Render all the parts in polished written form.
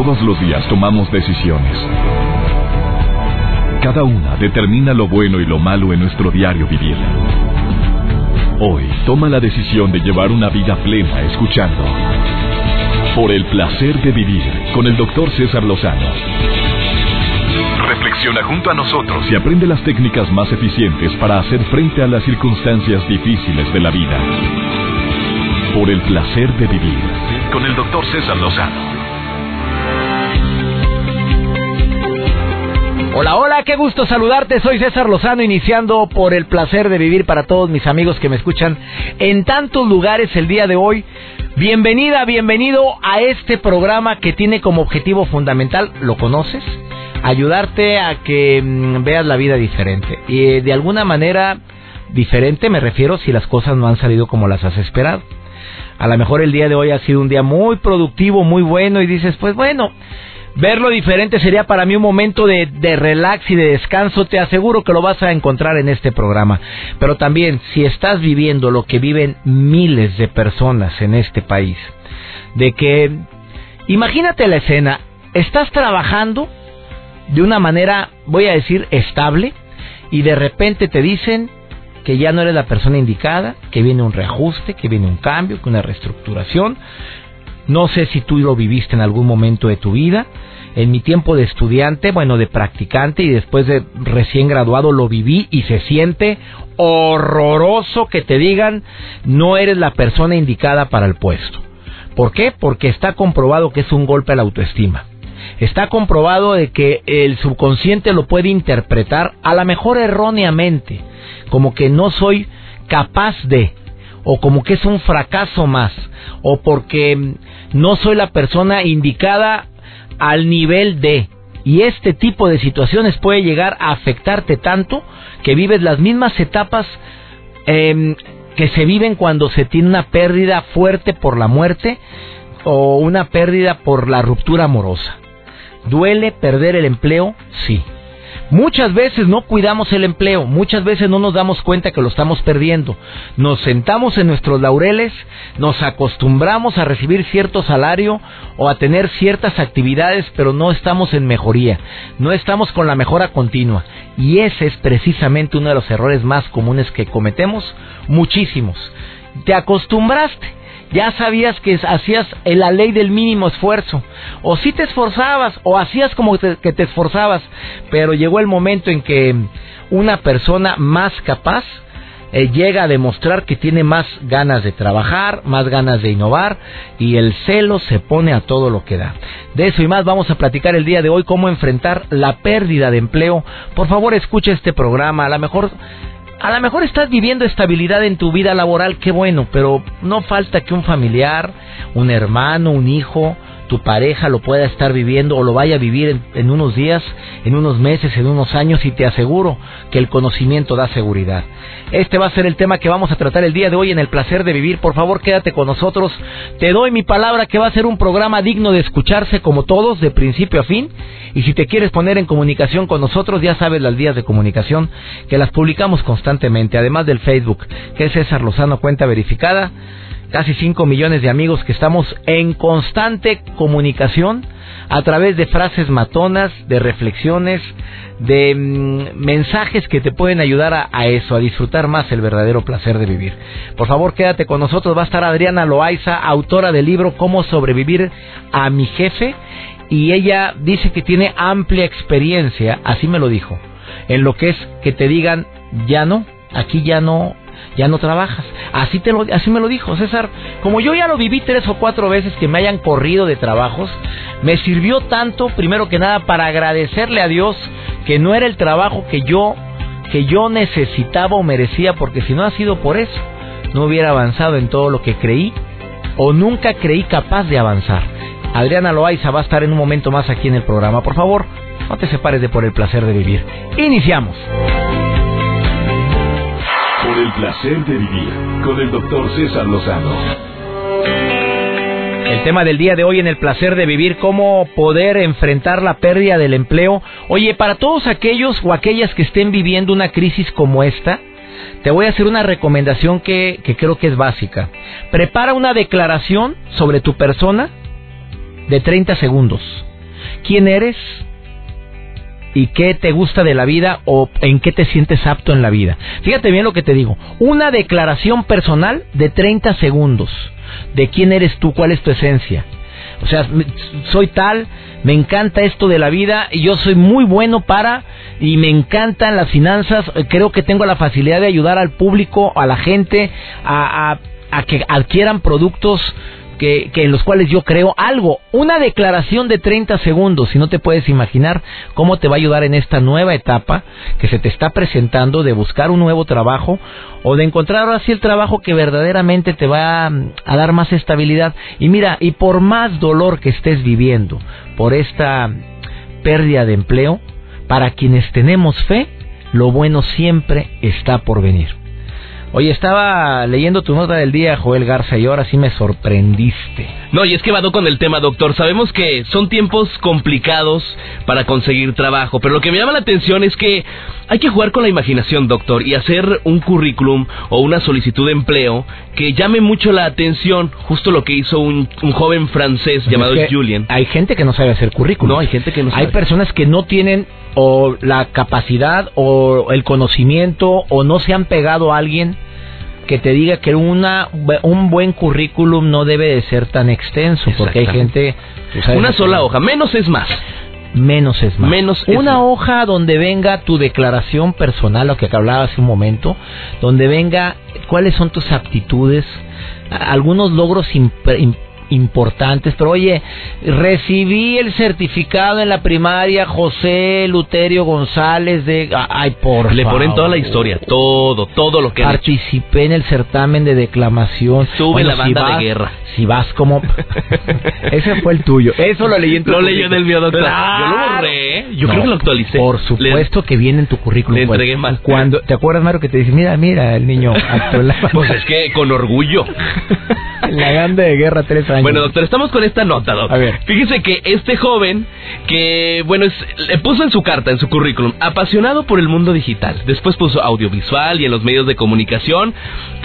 Todos los días tomamos decisiones. Cada una determina lo bueno y lo malo en nuestro diario vivir. Hoy toma la decisión de llevar una vida plena escuchando Por el placer de vivir con el Dr. César Lozano. Reflexiona junto a nosotros y aprende las técnicas más eficientes para hacer frente a las circunstancias difíciles de la vida. Por el placer de vivir con el Dr. César Lozano. Hola, hola, qué gusto saludarte, soy César Lozano, iniciando Por el placer de vivir para todos mis amigos que me escuchan en tantos lugares el día de hoy. Bienvenida, bienvenido a este programa que tiene como objetivo fundamental, ¿lo conoces? Ayudarte a que veas la vida diferente. Y de alguna manera diferente me refiero si las cosas no han salido como las has esperado. A lo mejor el día de hoy ha sido un día muy productivo, muy bueno y dices, pues bueno, verlo diferente sería para mí un momento de relax y de descanso. Te aseguro que lo vas a encontrar en este programa. Pero también, si estás viviendo lo que viven miles de personas en este país, de que, imagínate la escena, estás trabajando de una manera, voy a decir, estable, y de repente te dicen que ya no eres la persona indicada, que viene un reajuste, que viene un cambio, que una reestructuración. No sé si tú lo viviste en algún momento de tu vida. En mi tiempo de estudiante, bueno, de practicante y después de recién graduado lo viví y se siente horroroso que te digan no eres la persona indicada para el puesto. ¿Por qué? Porque está comprobado que es un golpe a la autoestima. Está comprobado de que el subconsciente lo puede interpretar a lo mejor erróneamente, como que no soy capaz de, o como que es un fracaso más, o porque no soy la persona indicada al nivel de. Y este tipo de situaciones puede llegar a afectarte tanto que vives las mismas etapas que se viven cuando se tiene una pérdida fuerte por la muerte o una pérdida por la ruptura amorosa. ¿Duele perder el empleo? Sí. Muchas veces no cuidamos el empleo, muchas veces no nos damos cuenta que lo estamos perdiendo. Nos sentamos en nuestros laureles, nos acostumbramos a recibir cierto salario o a tener ciertas actividades, pero no estamos en mejoría, no estamos con la mejora continua. Y ese es precisamente uno de los errores más comunes que cometemos, muchísimos. Te acostumbraste. Ya sabías que hacías la ley del mínimo esfuerzo, o sí te esforzabas, o hacías como que te esforzabas, pero llegó el momento en que una persona más capaz llega a demostrar que tiene más ganas de trabajar, más ganas de innovar, y el celo se pone a todo lo que da. De eso y más vamos a platicar el día de hoy, cómo enfrentar la pérdida de empleo. Por favor, escucha este programa. A lo mejor estás viviendo estabilidad en tu vida laboral, qué bueno, pero no falta que un familiar, un hermano, un hijo, tu pareja lo pueda estar viviendo o lo vaya a vivir en unos días, en unos meses, en unos años, y te aseguro que el conocimiento da seguridad. Este va a ser el tema que vamos a tratar el día de hoy en El Placer de Vivir. Por favor, quédate con nosotros. Te doy mi palabra que va a ser un programa digno de escucharse como todos, de principio a fin. Y si te quieres poner en comunicación con nosotros, ya sabes las vías de comunicación que las publicamos constantemente, además del Facebook, que es César Lozano, cuenta verificada. Casi 5 millones de amigos que estamos en constante comunicación a través de frases matonas, de reflexiones, de mensajes que te pueden ayudar a eso, a disfrutar más el verdadero placer de vivir. Por favor, quédate con nosotros. Va a estar Adriana Loaiza, autora del libro Cómo sobrevivir a mi jefe, y ella dice que tiene amplia experiencia, así me lo dijo, en lo que es que te digan ya no, aquí ya no trabajas. Así me lo dijo, César. Como yo ya lo viví 3 o 4 veces que me hayan corrido de trabajos, me sirvió tanto, primero que nada, para agradecerle a Dios que no era el trabajo que yo necesitaba o merecía, porque si no ha sido por eso, no hubiera avanzado en todo lo que creí o nunca creí capaz de avanzar. Adriana Loaiza va a estar en un momento más aquí en el programa. Por favor, no te separes de Por el Placer de Vivir. Iniciamos. Por el placer de vivir con el Dr. César Lozano. El tema del día de hoy en El Placer de Vivir, cómo poder enfrentar la pérdida del empleo. Oye, para todos aquellos o aquellas que estén viviendo una crisis como esta, te voy a hacer una recomendación que creo que es básica. Prepara una declaración sobre tu persona de 30 segundos. quién eres y qué te gusta de la vida o en qué te sientes apto en la vida. Fíjate bien lo que te digo. Una declaración personal de 30 segundos de quién eres tú, cuál es tu esencia. O sea, soy tal, me encanta esto de la vida y yo soy muy bueno y me encantan las finanzas, creo que tengo la facilidad de ayudar al público, a la gente, a que adquieran productos que en los cuales yo creo algo. Una declaración de 30 segundos, y no te puedes imaginar cómo te va a ayudar en esta nueva etapa que se te está presentando de buscar un nuevo trabajo o de encontrar ahora sí el trabajo que verdaderamente te va a dar más estabilidad. Y mira, y por más dolor que estés viviendo por esta pérdida de empleo, para quienes tenemos fe, lo bueno siempre está por venir. Oye, estaba leyendo tu nota del día, Joel Garza, y ahora sí me sorprendiste. No, y es que va con el tema, doctor. Sabemos que son tiempos complicados para conseguir trabajo, pero lo que me llama la atención es que hay que jugar con la imaginación, doctor, y hacer un currículum o una solicitud de empleo que llame mucho la atención, justo lo que hizo un joven francés llamado Julien. Hay gente que no sabe hacer currículum. No, hay gente que no sabe. Hay personas que no tienen o la capacidad o el conocimiento o no se han pegado a alguien que te diga que un buen currículum no debe de ser tan extenso, porque hay gente... Una sola hoja, menos es más. Menos es más. Una hoja donde venga tu declaración personal, lo que hablaba hace un momento, donde venga cuáles son tus aptitudes, algunos logros importantes, pero oye, recibí el certificado en la primaria José Luterio González de... Ay, por Le favor. ponen toda la historia, todo lo que participé en el certamen de declamación. Estuve en la banda de guerra. Si vas como... Ese fue el tuyo. Eso lo leí en tu currículum. Lo leí en el mío, doctor. ¡Claro! Yo lo borré. Yo creo que lo actualicé. Por supuesto que viene en tu currículum. Le entregué mal. ¿Te acuerdas, Mario, que te dice, mira, el niño actuó en la... Pues es que con orgullo. En la banda de guerra 3 años. Bueno, doctor, estamos con esta nota, doctor. A ver. Fíjese que este joven, que, bueno, le puso en su carta, en su currículum, apasionado por el mundo digital. Después puso audiovisual y en los medios de comunicación, ...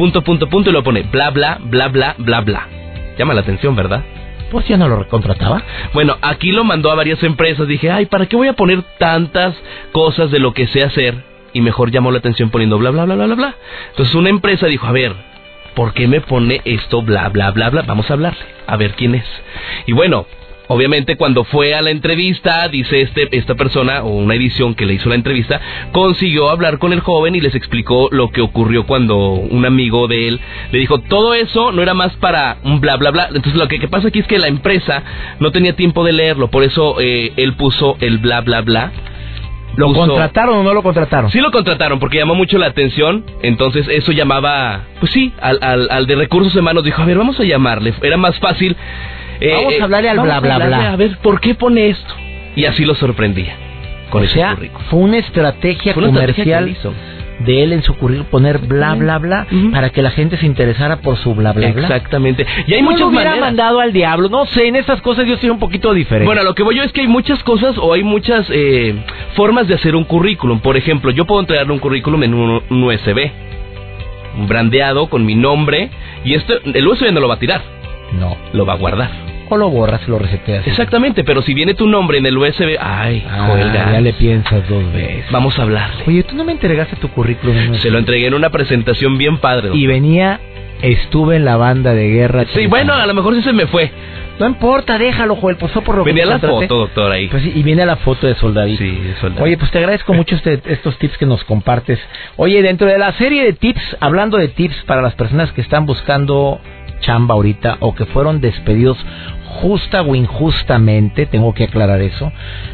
y lo pone bla, bla, bla, bla, bla, bla. Llama la atención, ¿verdad? Pues ya no lo contrataba. Bueno, aquí lo mandó a varias empresas. Dije, ¿para qué voy a poner tantas cosas de lo que sé hacer? Y mejor llamó la atención poniendo bla, bla, bla, bla, bla, bla. Entonces una empresa dijo, a ver, ¿por qué me pone esto bla, bla, bla, bla? Vamos a hablarle, a ver quién es. Y bueno, obviamente cuando fue a la entrevista, dice esta persona, o una edición que le hizo la entrevista, consiguió hablar con el joven y les explicó lo que ocurrió cuando un amigo de él le dijo, todo eso no era más para un bla, bla, bla. Entonces lo que pasa aquí es que la empresa no tenía tiempo de leerlo, por eso él puso el bla, bla, bla. ¿Lo contrataron o no lo contrataron? Sí lo contrataron porque llamó mucho la atención. Entonces eso llamaba, pues sí, al de recursos humanos. Dijo, a ver, vamos a llamarle. Era más fácil. Vamos a hablarle al bla, bla, bla. A ver, ¿por qué pone esto? Y así lo sorprendía. Con ese currículum. Fue una estrategia comercial de él en su currículum, poner bla, bla, bla, para que la gente se interesara por su bla, bla, bla. Exactamente. Y hay muchas maneras. Hubiera mandado al diablo. No sé, en esas cosas yo soy un poquito diferente. Bueno, lo que voy yo es que hay muchas cosas o hay muchas formas de hacer un currículum. Por ejemplo, yo puedo entregarle un currículum en un USB, un brandeado con mi nombre, y el USB no lo va a tirar. No. Lo va a guardar. O lo borras y lo reseteas. Exactamente, pero si viene tu nombre en el USB... Joel, ya le piensas 2 veces. Vamos a hablarle. Oye, ¿tú no me entregaste tu currículum? Se lo entregué en una presentación bien padre, doctor. Y venía, estuve en la banda de guerra. Sí, bueno, a lo mejor sí se me fue. No importa, déjalo, Joel, pues fue por lo que venía la foto, doctor, ahí. Pues sí, y viene la foto de soldadito. Sí, de soldadito. Oye, pues te agradezco mucho estos tips que nos compartes. Oye, dentro de la serie de tips, hablando de tips para las personas que están buscando chamba ahorita o que fueron despedidos justa o injustamente, tengo que aclarar eso.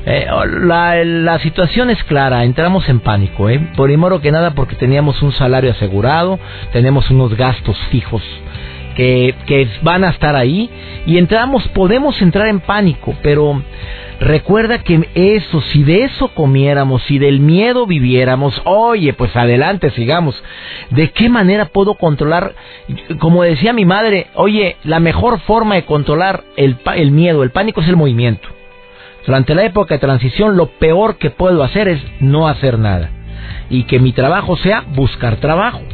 La situación es clara, entramos en pánico, primero que nada porque teníamos un salario asegurado, tenemos unos gastos fijos que van a estar ahí y podemos entrar en pánico, pero recuerda que si de eso comiéramos, si del miedo viviéramos, oye, pues adelante, sigamos. ¿De qué manera puedo controlar? Como decía mi madre, oye, la mejor forma de controlar el miedo, el pánico es el movimiento. Durante la época de transición, lo peor que puedo hacer es no hacer nada. Y que mi trabajo sea buscar trabajo.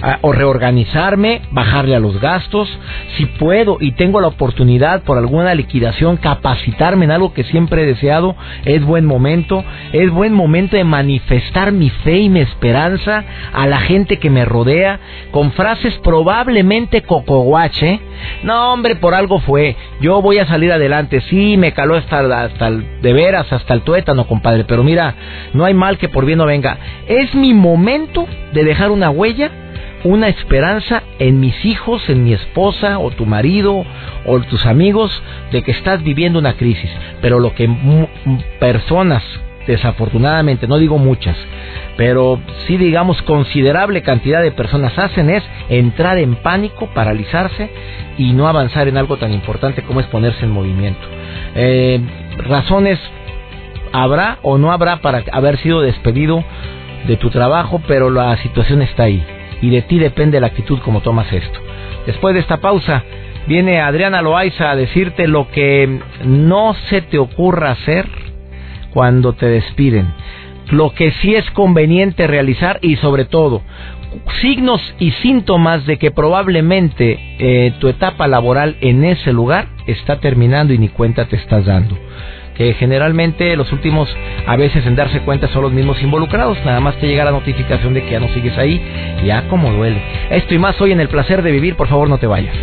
o reorganizarme, bajarle a los gastos. Si puedo y tengo la oportunidad por alguna liquidación, capacitarme en algo que siempre he deseado, es buen momento. Es buen momento de manifestar mi fe y mi esperanza a la gente que me rodea con frases probablemente cocoguache. No, hombre, por algo fue. Yo voy a salir adelante. Sí, me caló hasta el, de veras, hasta el tuétano, compadre, pero mira, no hay mal que por bien no venga. Es mi momento de dejar una huella, una esperanza en mis hijos, en mi esposa o tu marido o tus amigos, de que estás viviendo una crisis. Pero lo que personas, desafortunadamente, no digo muchas, pero sí digamos considerable cantidad de personas hacen es entrar en pánico, paralizarse y no avanzar en algo tan importante como es ponerse en movimiento. Razones habrá o no habrá para haber sido despedido de tu trabajo, pero la situación está ahí y de ti depende la actitud como tomas esto. Después de esta pausa viene Adriana Loaiza a decirte lo que no se te ocurra hacer cuando te despiden, lo que sí es conveniente realizar y sobre todo signos y síntomas de que probablemente tu etapa laboral en ese lugar está terminando y ni cuenta te estás dando. Que generalmente los últimos a veces en darse cuenta son los mismos involucrados. Nada más te llega la notificación de que ya no sigues ahí. Ya como duele. Esto y más hoy en El Placer de Vivir. Por favor, no te vayas.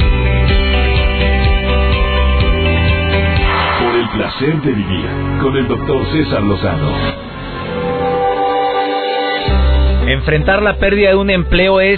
Por el placer de vivir con el Dr. César Lozano. Enfrentar la pérdida de un empleo es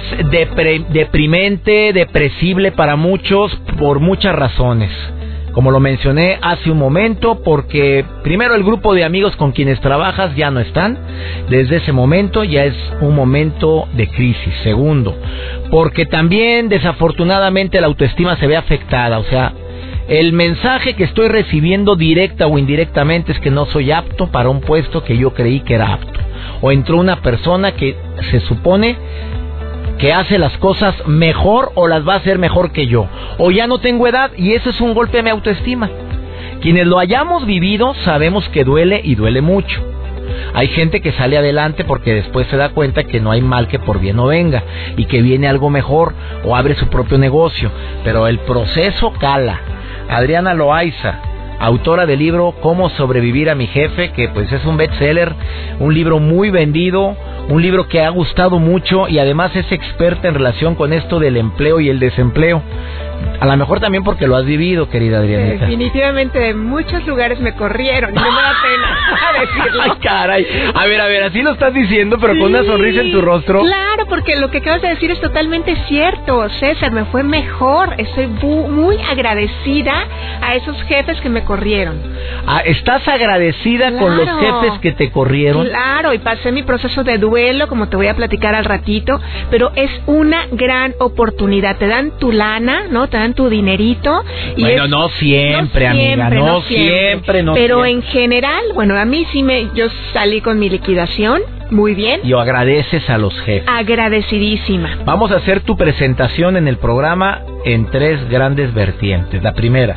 deprimente, depresible para muchos por muchas razones. Como lo mencioné hace un momento, porque primero el grupo de amigos con quienes trabajas ya no están. Desde ese momento ya es un momento de crisis. Segundo, porque también desafortunadamente la autoestima se ve afectada. O sea, el mensaje que estoy recibiendo directa o indirectamente es que no soy apto para un puesto que yo creí que era apto. O entró una persona que se supone que hace las cosas mejor o las va a hacer mejor que yo, o ya no tengo edad y eso es un golpe a mi autoestima. Quienes lo hayamos vivido sabemos que duele y duele mucho. Hay gente que sale adelante porque después se da cuenta que no hay mal que por bien no venga y que viene algo mejor o abre su propio negocio, pero el proceso cala. Adriana Loaiza, autora del libro Cómo sobrevivir a mi jefe, que pues es un bestseller, un libro muy vendido, un libro que ha gustado mucho y además es experta en relación con esto del empleo y el desempleo. A lo mejor también porque lo has vivido, querida Adrianita. Definitivamente de muchos lugares me corrieron y no me da pena decirlo. Ay, caray. A ver, así lo estás diciendo, pero con una sonrisa en tu rostro. Claro, porque lo que acabas de decir es totalmente cierto, César, me fue mejor. Estoy muy agradecida a esos jefes que me corrieron. ¿Estás agradecida con los jefes que te corrieron? Claro, y pasé mi proceso de duelo, como te voy a platicar al ratito, pero es una gran oportunidad. Te dan tu lana, ¿no? Te dan tu dinerito. Y bueno, no siempre, amiga, no siempre. Pero en general, bueno, a mí sí yo salí con mi liquidación, muy bien. Y agradeces a los jefes. Agradecidísima. Vamos a hacer tu presentación en el programa en 3 grandes vertientes. La primera,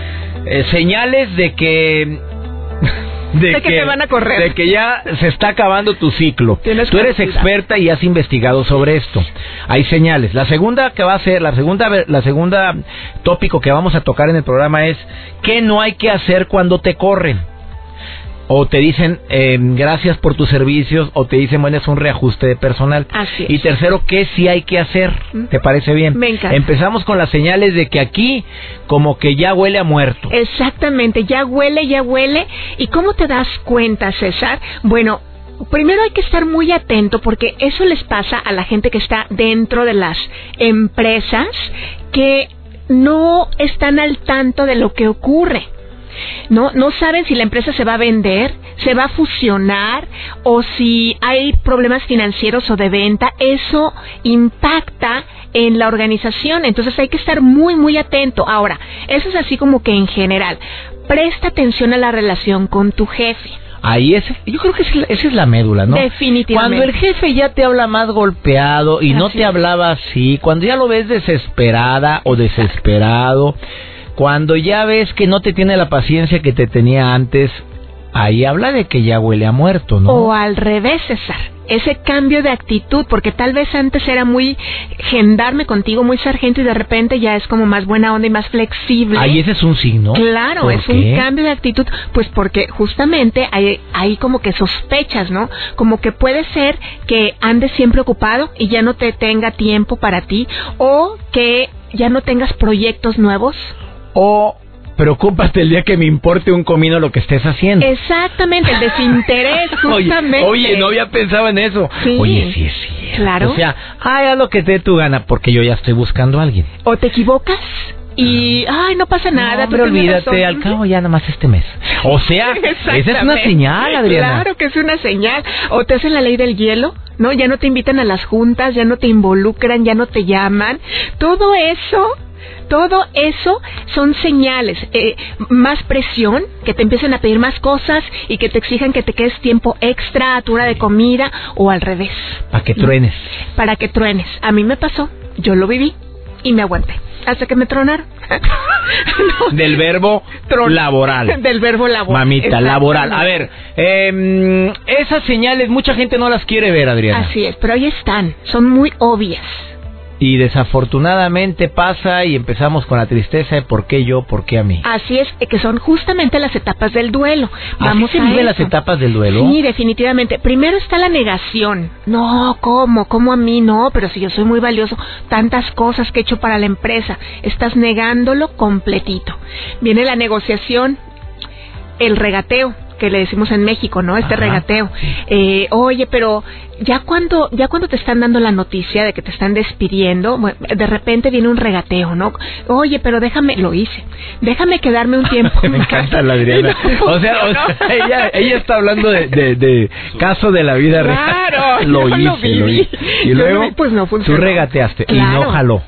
señales de que... De que te van a correr. De que ya se está acabando tu ciclo. Tú eres experta y has investigado sobre esto. Hay señales. La segunda que va a ser, la segunda tópico que vamos a tocar en el programa es ¿qué no hay que hacer cuando te corren? O te dicen gracias por tus servicios, o te dicen bueno, es un reajuste de personal. Así es. Y tercero, ¿qué sí hay que hacer? ¿Te parece bien? Me encanta. Empezamos con las señales de que aquí como que ya huele a muerto. Exactamente, ya huele. ¿Y cómo te das cuenta, César? Bueno, primero hay que estar muy atento porque eso les pasa a la gente que está dentro de las empresas que no están al tanto de lo que ocurre. No saben si la empresa se va a vender, se va a fusionar o si hay problemas financieros o de venta. Eso impacta en la organización, entonces hay que estar muy atento. Ahora, eso es así como que en general. Presta atención a la relación con tu jefe. Ahí yo creo que esa es la médula, ¿no? Definitivamente. Cuando el jefe ya te habla más golpeado y no te hablaba así, cuando ya lo ves desesperada o desesperado, cuando ya ves que no te tiene la paciencia que te tenía antes, ahí habla de que ya huele a muerto, ¿no? O al revés, César, ese cambio de actitud, porque tal vez antes era muy gendarme contigo, muy sargento, y de repente ya es como más buena onda y más flexible. Ahí ese es un signo. Claro, es un cambio de actitud, pues porque justamente hay como que sospechas, ¿no? Como que puede ser que andes siempre ocupado y ya no te tenga tiempo para ti, o que ya no tengas proyectos nuevos. O preocúpate el día que me importe un comino lo que estés haciendo. Exactamente, el desinterés, justamente. Oye, no había pensado en eso. Sí. Oye, sí es cierto. Claro. O sea, haz lo que te dé tu gana, porque yo ya estoy buscando a alguien. O te equivocas y, no pasa nada. No, pero olvídate, al cabo ya nomás este mes. O sea, esa es una señal, Adriana. Claro que es una señal. O te hacen la ley del hielo, ¿no? Ya no te invitan a las juntas, ya no te involucran, ya no te llaman. Todo eso son señales. Más presión, que te empiecen a pedir más cosas y que te exijan que te quedes tiempo extra a tu hora de comida, o al revés. Para que truenes. Para que truenes. A mí me pasó, yo lo viví y me aguanté hasta que me tronaron. No. Del verbo laboral. Del verbo laboral. Mamita, laboral. A ver, esas señales mucha gente no las quiere ver, Adriana. Así es, pero ahí están, son muy obvias. Y desafortunadamente pasa y empezamos con la tristeza de por qué yo, por qué a mí. Así es, que son justamente las etapas del duelo. Vamos a ver las etapas del duelo. Sí, definitivamente. Primero está la negación. No, ¿cómo a mí? No, pero si yo soy muy valioso, tantas cosas que he hecho para la empresa. Estás negándolo completito. Viene la negociación, el regateo, que le decimos en México, ¿no? Regateo. Oye, pero ya cuando te están dando la noticia de que te están despidiendo, bueno, de repente viene un regateo, ¿no? Oye, pero déjame quedarme un tiempo. Me encanta la Adriana. O sea, ella está hablando de caso de la vida real. Claro, lo hice. Y luego, pues no funcionó. Tú regateaste, claro, y no jaló.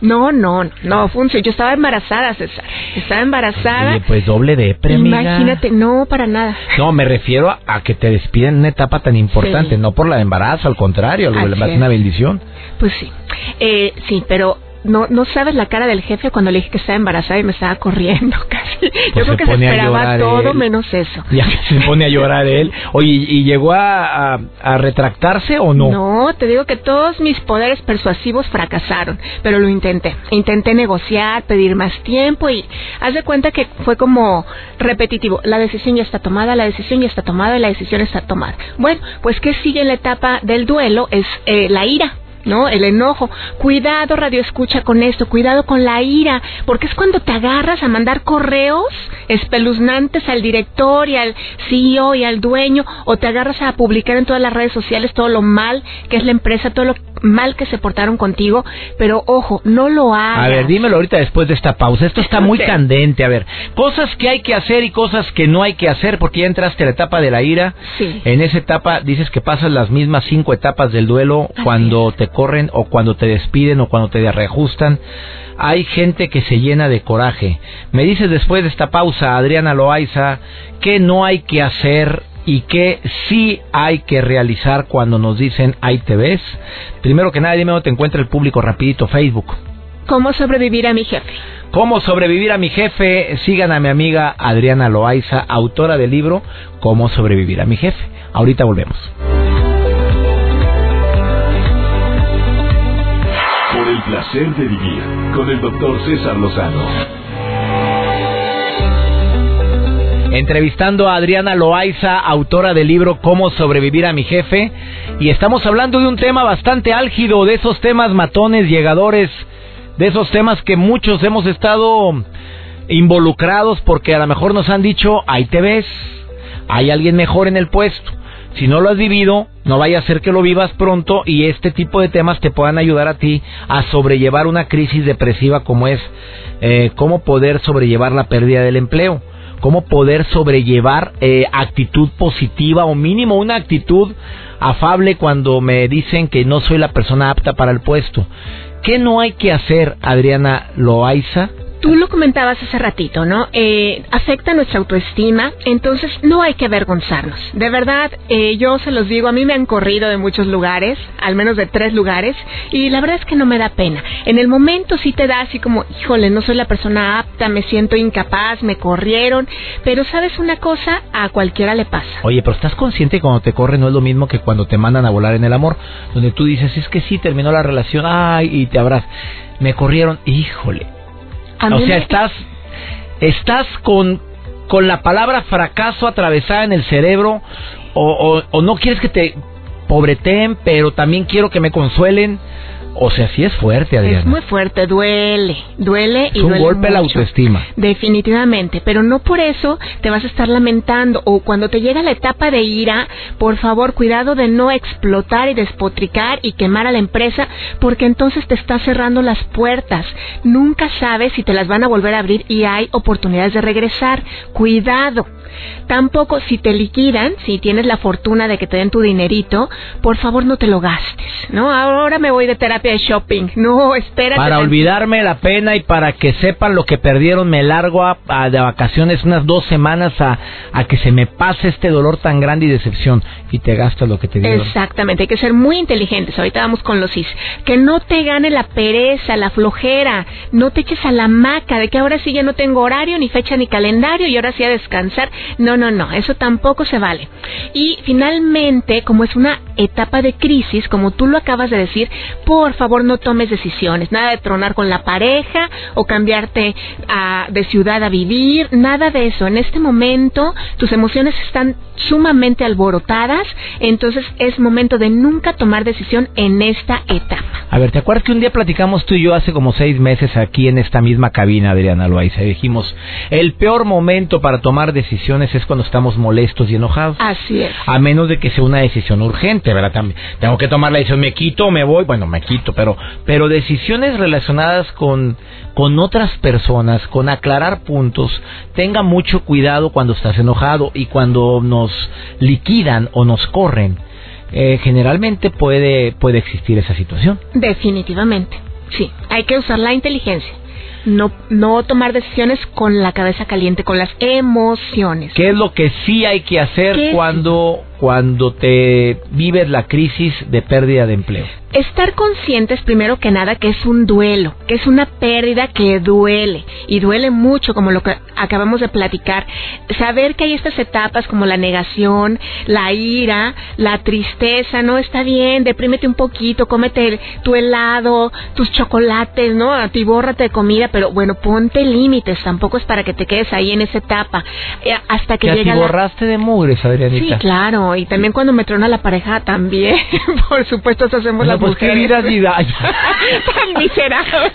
No funcionó. Yo estaba embarazada, César. Estaba embarazada. Oye, pues doble de amiga. Imagínate, no, para nada. No, me refiero a que te despiden en una etapa tan importante, no por la de embarazo, al contrario, es una bendición. Pues sí, sí, pero no sabes la cara del jefe cuando le dije que estaba embarazada y me estaba corriendo casi. Pues yo creo que se esperaba todo menos eso. Ya se pone a llorar él. Oye, ¿y llegó a retractarse o no? No, te digo que todos mis poderes persuasivos fracasaron, pero lo intenté. Intenté negociar, pedir más tiempo y haz de cuenta que fue como repetitivo. La decisión ya está tomada, la decisión ya está tomada y la decisión está tomada. Bueno, pues ¿qué sigue en la etapa del duelo? Es la ira, ¿no? El enojo. Cuidado, radio escucha, con esto, cuidado con la ira, porque es cuando te agarras a mandar correos espeluznantes al director y al CEO y al dueño, o te agarras a publicar en todas las redes sociales todo lo mal que es la empresa, todo lo mal que se portaron contigo, pero ojo, no lo hagas. A ver, dímelo ahorita después de esta pausa. Esto está muy candente. A ver, cosas que hay que hacer y cosas que no hay que hacer, porque ya entraste a la etapa de la ira. Sí. En esa etapa dices que pasas las mismas 5 etapas del duelo. Así cuando te corren o cuando te despiden o cuando te reajustan. Hay gente que se llena de coraje. Me dices después de esta pausa, Adriana Loaiza, qué no hay que hacer y qué sí hay que realizar cuando nos dicen ahí te ves. Primero que nada, dime dónde te encuentra el público rapidito. Facebook. ¿Cómo sobrevivir a mi jefe? ¿Cómo sobrevivir a mi jefe? Sigan a mi amiga Adriana Loaiza, autora del libro ¿Cómo sobrevivir a mi jefe? Ahorita volvemos. Por el placer de vivir con el Dr. César Lozano. Entrevistando a Adriana Loaiza, autora del libro ¿Cómo sobrevivir a mi jefe? Y estamos hablando de un tema bastante álgido, de esos temas matones, llegadores, de esos temas que muchos hemos estado involucrados porque a lo mejor nos han dicho, ahí te ves, hay alguien mejor en el puesto. Si no lo has vivido, no vaya a ser que lo vivas pronto y este tipo de temas te puedan ayudar a ti a sobrellevar una crisis depresiva como es cómo poder sobrellevar la pérdida del empleo, cómo poder sobrellevar actitud positiva o mínimo una actitud afable cuando me dicen que no soy la persona apta para el puesto. ¿Qué no hay que hacer, Adriana Loaiza, Tú lo comentabas hace ratito, ¿no? Afecta nuestra autoestima, entonces no hay que avergonzarnos. De verdad, yo se los digo, a mí me han corrido de muchos lugares, al menos de 3 lugares, y la verdad es que no me da pena. En el momento sí te da así como, híjole, no soy la persona apta, me siento incapaz, me corrieron, pero ¿sabes una cosa? A cualquiera le pasa. Oye, pero ¿estás consciente que cuando te corren no es lo mismo que cuando te mandan a volar en el amor? Donde tú dices, es que sí, terminó la relación, ay, y te abrazas. Me corrieron, híjole. O sea, estás con la palabra fracaso atravesada en el cerebro, o no quieres que te pobreteen, pero también quiero que me consuelen. O sea, sí es fuerte, Adriana. Es muy fuerte, duele y duele mucho. Es un golpe a la autoestima. Definitivamente, pero no por eso te vas a estar lamentando. O cuando te llega la etapa de ira, por favor, cuidado de no explotar y despotricar y quemar a la empresa, porque entonces te estás cerrando las puertas. Nunca sabes si te las van a volver a abrir y hay oportunidades de regresar. Cuidado. Tampoco si te liquidan, si tienes la fortuna de que te den tu dinerito, por favor no te lo gastes, ¿no? Ahora me voy de terapia de shopping. No, espérate. Para olvidarme la pena y para que sepan lo que perdieron, me largo de vacaciones unas 2 semanas a que se me pase este dolor tan grande y decepción, y te gastas lo que te dieron. Exactamente, hay que ser muy inteligentes. Ahorita vamos con los is. Que no te gane la pereza, la flojera, no te eches a la hamaca de que ahora sí ya no tengo horario, ni fecha, ni calendario, y ahora sí a descansar. No, eso tampoco se vale. Y finalmente, como es una etapa de crisis, como tú lo acabas de decir, por favor no tomes decisiones, nada de tronar con la pareja o cambiarte de ciudad a vivir, nada de eso. En este momento tus emociones están sumamente alborotadas, entonces es momento de nunca tomar decisión en esta etapa. A ver, ¿te acuerdas que un día platicamos tú y yo hace como 6 meses aquí en esta misma cabina, Adriana Loaiza, y dijimos, el peor momento para tomar decisiones es cuando estamos molestos y enojados? Así es. A menos de que sea una decisión urgente, ¿verdad? También tengo que tomar la decisión, me quito o me voy, bueno, me quito, pero decisiones relacionadas con otras personas, con aclarar puntos, tenga mucho cuidado cuando estás enojado, y cuando nos liquidan o nos corren, generalmente puede existir esa situación. Definitivamente, sí, hay que usar la inteligencia. No tomar decisiones con la cabeza caliente, con las emociones. ¿Qué es lo que sí hay que hacer cuando te vives la crisis de pérdida de empleo? Estar conscientes, primero que nada, que es un duelo, que es una pérdida que duele, y duele mucho, como lo que acabamos de platicar. Saber que hay estas etapas como la negación, la ira, la tristeza, ¿no? Está bien, deprímete un poquito, cómete tu helado, tus chocolates, ¿no? Atibórrate de comida, pero bueno, ponte límites, tampoco es para que te quedes ahí en esa etapa, hasta que llega atiborraste de mugres, Adrianita. Sí, claro, y también cuando me trona la pareja, también, por supuesto, hacemos la pues qué vida tan miserable.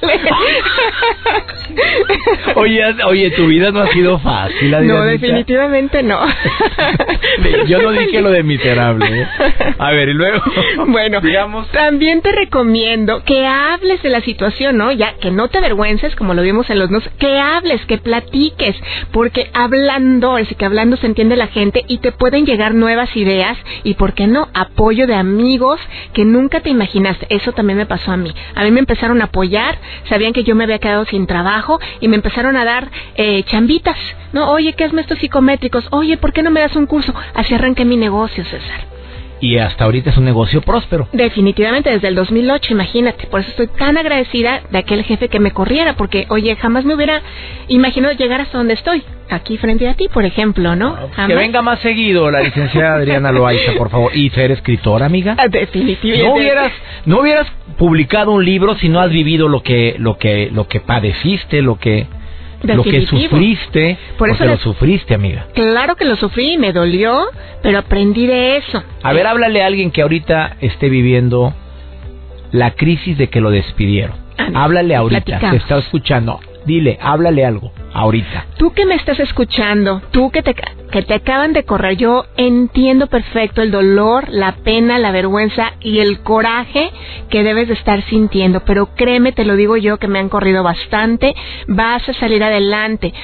Oye, tu vida no ha sido fácil, Adrianita. No, definitivamente no. Yo no dije lo de miserable, ¿eh? A ver, y luego, bueno, digamos, también te recomiendo que hables de la situación, ¿no? Ya que no te avergüences, como lo vimos en los nos, que hables, que platiques, porque hablando, es que hablando se entiende la gente y te pueden llegar nuevas ideas y, ¿por qué no? Apoyo de amigos que nunca te imaginaste. Eso también me pasó a mí. A mí me empezaron a apoyar, sabían que yo me había quedado sin trabajo y me empezaron a dar chambitas, ¿no? Oye, ¿qué hazme estos psicométricos? Oye, ¿por qué no me das un curso? Así arranqué mi negocio, César. Y hasta ahorita es un negocio próspero. Definitivamente, desde el 2008, imagínate. Por eso estoy tan agradecida de aquel jefe que me corriera, porque, oye, jamás me hubiera imaginado llegar hasta donde estoy, aquí frente a ti, por ejemplo, ¿no? Que venga más seguido la licenciada Adriana Loaiza, por favor. Y ser escritora, amiga. Definitivamente. No hubieras publicado un libro si no has vivido lo que padeciste, lo que sufriste, por eso lo sufriste, amiga. Claro que lo sufrí, me dolió, pero aprendí de eso. A ver, háblale a alguien que ahorita esté viviendo la crisis de que lo despidieron. Háblale ahorita, te está escuchando. Dile, háblale algo, ahorita. Tú que me estás escuchando, tú que te que te acaban de correr, yo entiendo perfecto el dolor, la pena, la vergüenza y el coraje que debes de estar sintiendo, pero créeme, te lo digo yo que me han corrido bastante, vas a salir adelante,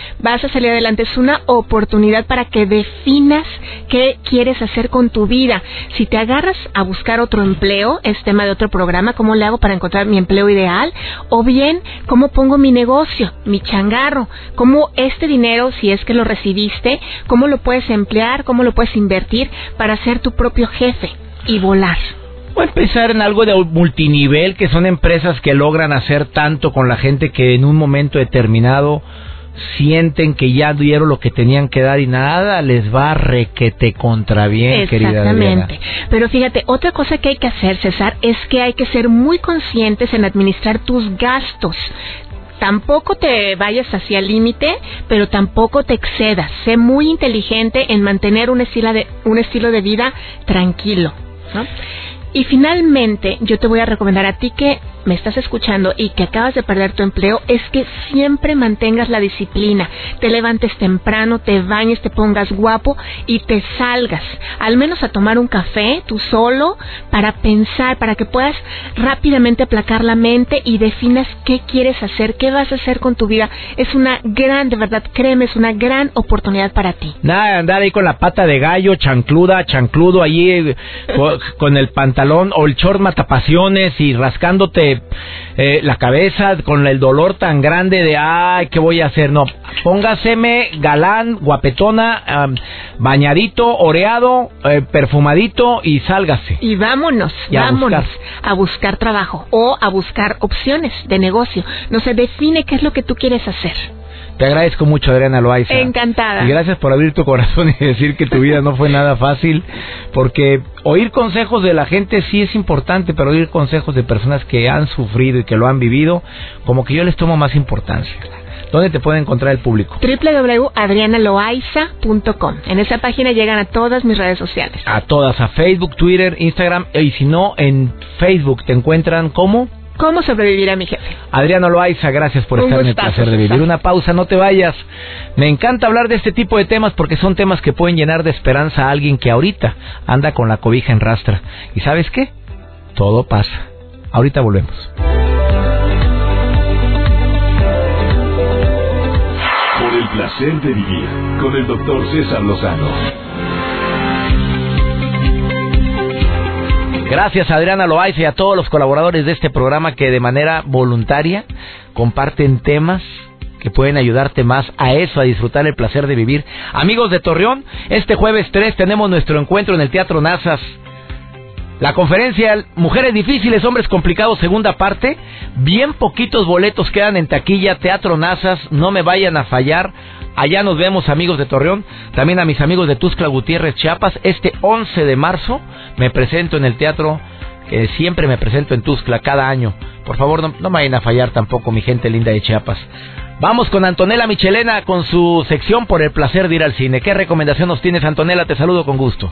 es una oportunidad para que definas qué quieres hacer con tu vida. Si te agarras a buscar otro empleo, es tema de otro programa, cómo le hago para encontrar mi empleo ideal, o bien, cómo pongo mi negocio, mi changarro, cómo este dinero, si es que lo recibiste, cómo lo puedes emplear, cómo lo puedes invertir para ser tu propio jefe y volar. O empezar en algo de multinivel, que son empresas que logran hacer tanto con la gente que en un momento determinado sienten que ya dieron lo que tenían que dar y nada les va requete contra bien, querida Adriana. Exactamente. Pero fíjate, otra cosa que hay que hacer, César, es que hay que ser muy conscientes en administrar tus gastos. Tampoco te vayas hacia el límite, pero tampoco te excedas. Sé muy inteligente en mantener un estilo de vida tranquilo, ¿no? Y finalmente, yo te voy a recomendar a ti que me estás escuchando y que acabas de perder tu empleo, es que siempre mantengas la disciplina, te levantes temprano, te bañes, te pongas guapo y te salgas, al menos a tomar un café, tú solo, para pensar, para que puedas rápidamente aplacar la mente y definas qué quieres hacer, qué vas a hacer con tu vida. Es una gran, de verdad, créeme, es una gran oportunidad para ti. Nada de andar ahí con la pata de gallo, chancludo, allí con el pantalón o el short matapasiones y rascándote la cabeza con el dolor tan grande de ay, ¿qué voy a hacer? No, póngaseme galán, guapetona, bañadito, oreado, perfumadito y sálgase. Y vámonos a buscar trabajo o a buscar opciones de negocio. No se define qué es lo que tú quieres hacer. Te agradezco mucho, Adriana Loaiza. Encantada. Y gracias por abrir tu corazón y decir que tu vida no fue nada fácil, porque oír consejos de la gente sí es importante, pero oír consejos de personas que han sufrido y que lo han vivido, como que yo les tomo más importancia. ¿Dónde te puede encontrar el público? www.adrianaloaiza.com. En esa página llegan a todas mis redes sociales. A todas, a Facebook, Twitter, Instagram, y si no, en Facebook te encuentran ¿cómo? ¿Cómo sobrevivir a mi jefe? Adriana Loaiza, gracias por estar en el placer de vivir. Una pausa, no te vayas. Me encanta hablar de este tipo de temas porque son temas que pueden llenar de esperanza a alguien que ahorita anda con la cobija en rastra. ¿Y sabes qué? Todo pasa. Ahorita volvemos. Por el placer de vivir con el Dr. César Lozano. Gracias a Adriana Loaiza y a todos los colaboradores de este programa que de manera voluntaria comparten temas que pueden ayudarte más a eso, a disfrutar el placer de vivir. Amigos de Torreón, este jueves 3 tenemos nuestro encuentro en el Teatro Nazas. La conferencia Mujeres Difíciles, Hombres Complicados, segunda parte. Bien poquitos boletos quedan en taquilla. Teatro Nazas, no me vayan a fallar. Allá nos vemos, amigos de Torreón. También a mis amigos de Tuxtla Gutiérrez, Chiapas. Este 11 de marzo me presento en el teatro. Siempre me presento en Tuxtla cada año. Por favor, no me vayan a fallar tampoco, mi gente linda de Chiapas. Vamos con Antonella Michelena con su sección Por el placer de ir al cine. ¿Qué recomendación nos tienes, Antonella? Te saludo con gusto.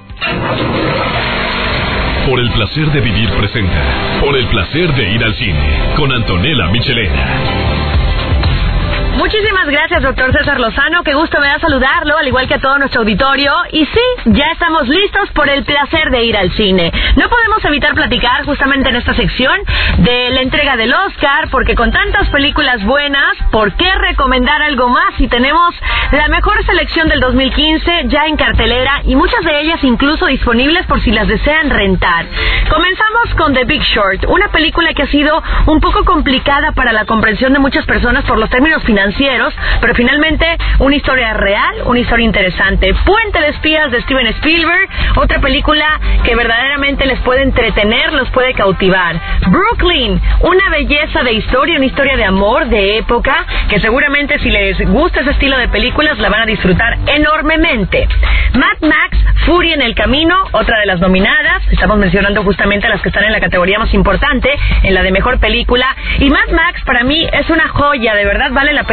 Por el placer de vivir presenta Por el placer de ir al cine con Antonella Michelena. Muchísimas gracias, doctor César Lozano. Qué gusto me da saludarlo, al igual que a todo nuestro auditorio. Y sí, ya estamos listos por el placer de ir al cine. No podemos evitar platicar justamente en esta sección de la entrega del Oscar, porque con tantas películas buenas, ¿por qué recomendar algo más si tenemos la mejor selección del 2015 ya en cartelera y muchas de ellas incluso disponibles por si las desean rentar? Comenzamos con The Big Short, una película que ha sido un poco complicada para la comprensión de muchas personas por los términos financieros, pero finalmente una historia real, una historia interesante. Puente de espías de Steven Spielberg, otra película que verdaderamente les puede entretener, los puede cautivar. Brooklyn, una belleza de historia, una historia de amor, de época, que seguramente si les gusta ese estilo de películas la van a disfrutar enormemente. Mad Max, Furia en el camino, otra de las nominadas. Estamos mencionando justamente a las que están en la categoría más importante, en la de mejor película. Y Mad Max para mí es una joya, de verdad vale la pena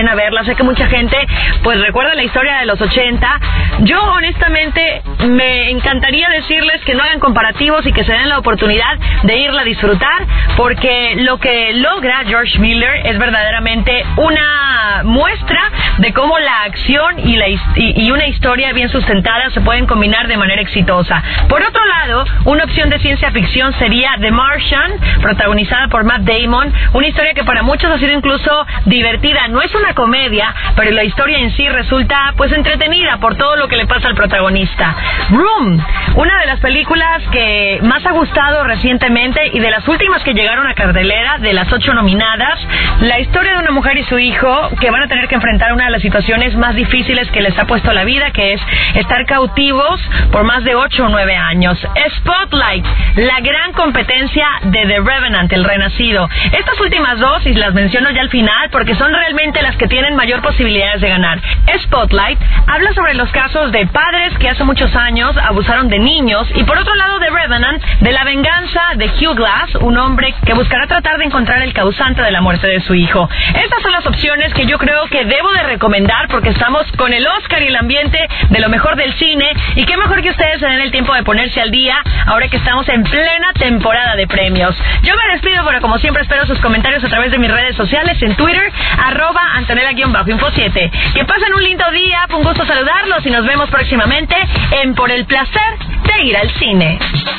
pena verla. Sé que mucha gente pues recuerda la historia de los 80. Yo honestamente me encantaría decirles que no hagan comparativos y que se den la oportunidad de irla a disfrutar, porque lo que logra George Miller es verdaderamente una muestra de cómo la acción y una historia bien sustentada se pueden combinar de manera exitosa. Por otro lado, una opción de ciencia ficción sería The Martian, protagonizada por Matt Damon, una historia que para muchos ha sido incluso divertida. No es una comedia, pero la historia en sí resulta pues entretenida por todo lo que le pasa al protagonista. Room, una de las películas que más ha gustado recientemente y de las últimas que llegaron a cartelera, de las 8 nominadas, la historia de una mujer y su hijo que van a tener que enfrentar una de las situaciones más difíciles que les ha puesto la vida, que es estar cautivos por más de 8 o 9 años. Spotlight, la gran competencia de The Revenant, el Renacido. Estas últimas dos, y las menciono ya al final, porque son realmente las que tienen mayor posibilidades de ganar. Spotlight habla sobre los casos de padres que hace muchos años abusaron de niños, y por otro lado The Revenant, de la venganza de Hugh Glass, un hombre que buscará tratar de encontrar el causante de la muerte de su hijo. Estas son las opciones que yo creo que debo de recomendar, porque estamos con el Oscar y el ambiente de lo mejor del cine, y qué mejor que ustedes se den el tiempo de ponerse al día ahora que estamos en plena temporada de premios. Yo me despido, pero como siempre espero sus comentarios a través de mis redes sociales, en Twitter, @Antonella_Info7. Que pasen un lindo día, fue un gusto saludarlos y nos vemos próximamente en Por el Placer de Ir al Cine.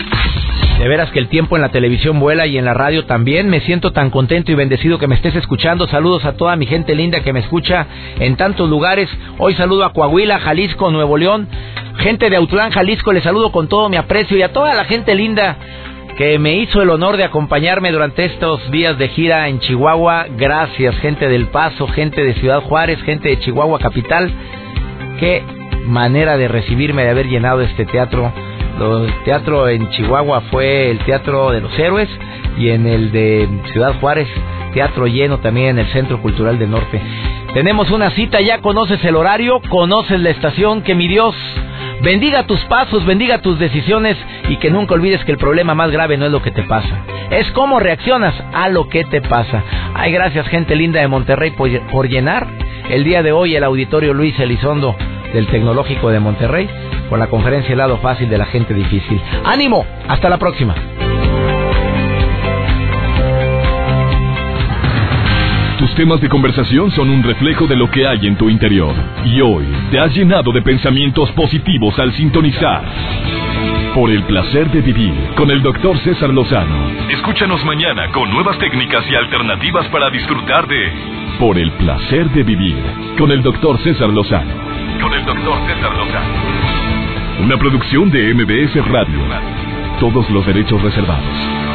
De veras que el tiempo en la televisión vuela y en la radio también. Me siento tan contento y bendecido que me estés escuchando. Saludos a toda mi gente linda que me escucha en tantos lugares. Hoy saludo a Coahuila, Jalisco, Nuevo León. Gente de Autlán, Jalisco, les saludo con todo mi aprecio. Y a toda la gente linda que me hizo el honor de acompañarme durante estos días de gira en Chihuahua. Gracias, gente del Paso, gente de Ciudad Juárez, gente de Chihuahua capital. Qué manera de recibirme, de haber llenado este teatro. El teatro en Chihuahua fue el Teatro de los Héroes, y en el de Ciudad Juárez, teatro lleno también en el Centro Cultural del Norte. Tenemos una cita, ya conoces el horario, conoces la estación. Que mi Dios bendiga tus pasos, bendiga tus decisiones, y que nunca olvides que el problema más grave no es lo que te pasa, es cómo reaccionas a lo que te pasa. Ay, gracias, gente linda de Monterrey, por llenar el día de hoy el Auditorio Luis Elizondo del Tecnológico de Monterrey con la conferencia El lado fácil de la gente difícil. ¡Ánimo! ¡Hasta la próxima! Tus temas de conversación son un reflejo de lo que hay en tu interior. Y hoy te has llenado de pensamientos positivos al sintonizar Por el Placer de Vivir con el Dr. César Lozano. Escúchanos mañana con nuevas técnicas y alternativas para disfrutar de Por el Placer de Vivir con el Dr. César Lozano. Una producción de MBS Radio. Todos los derechos reservados.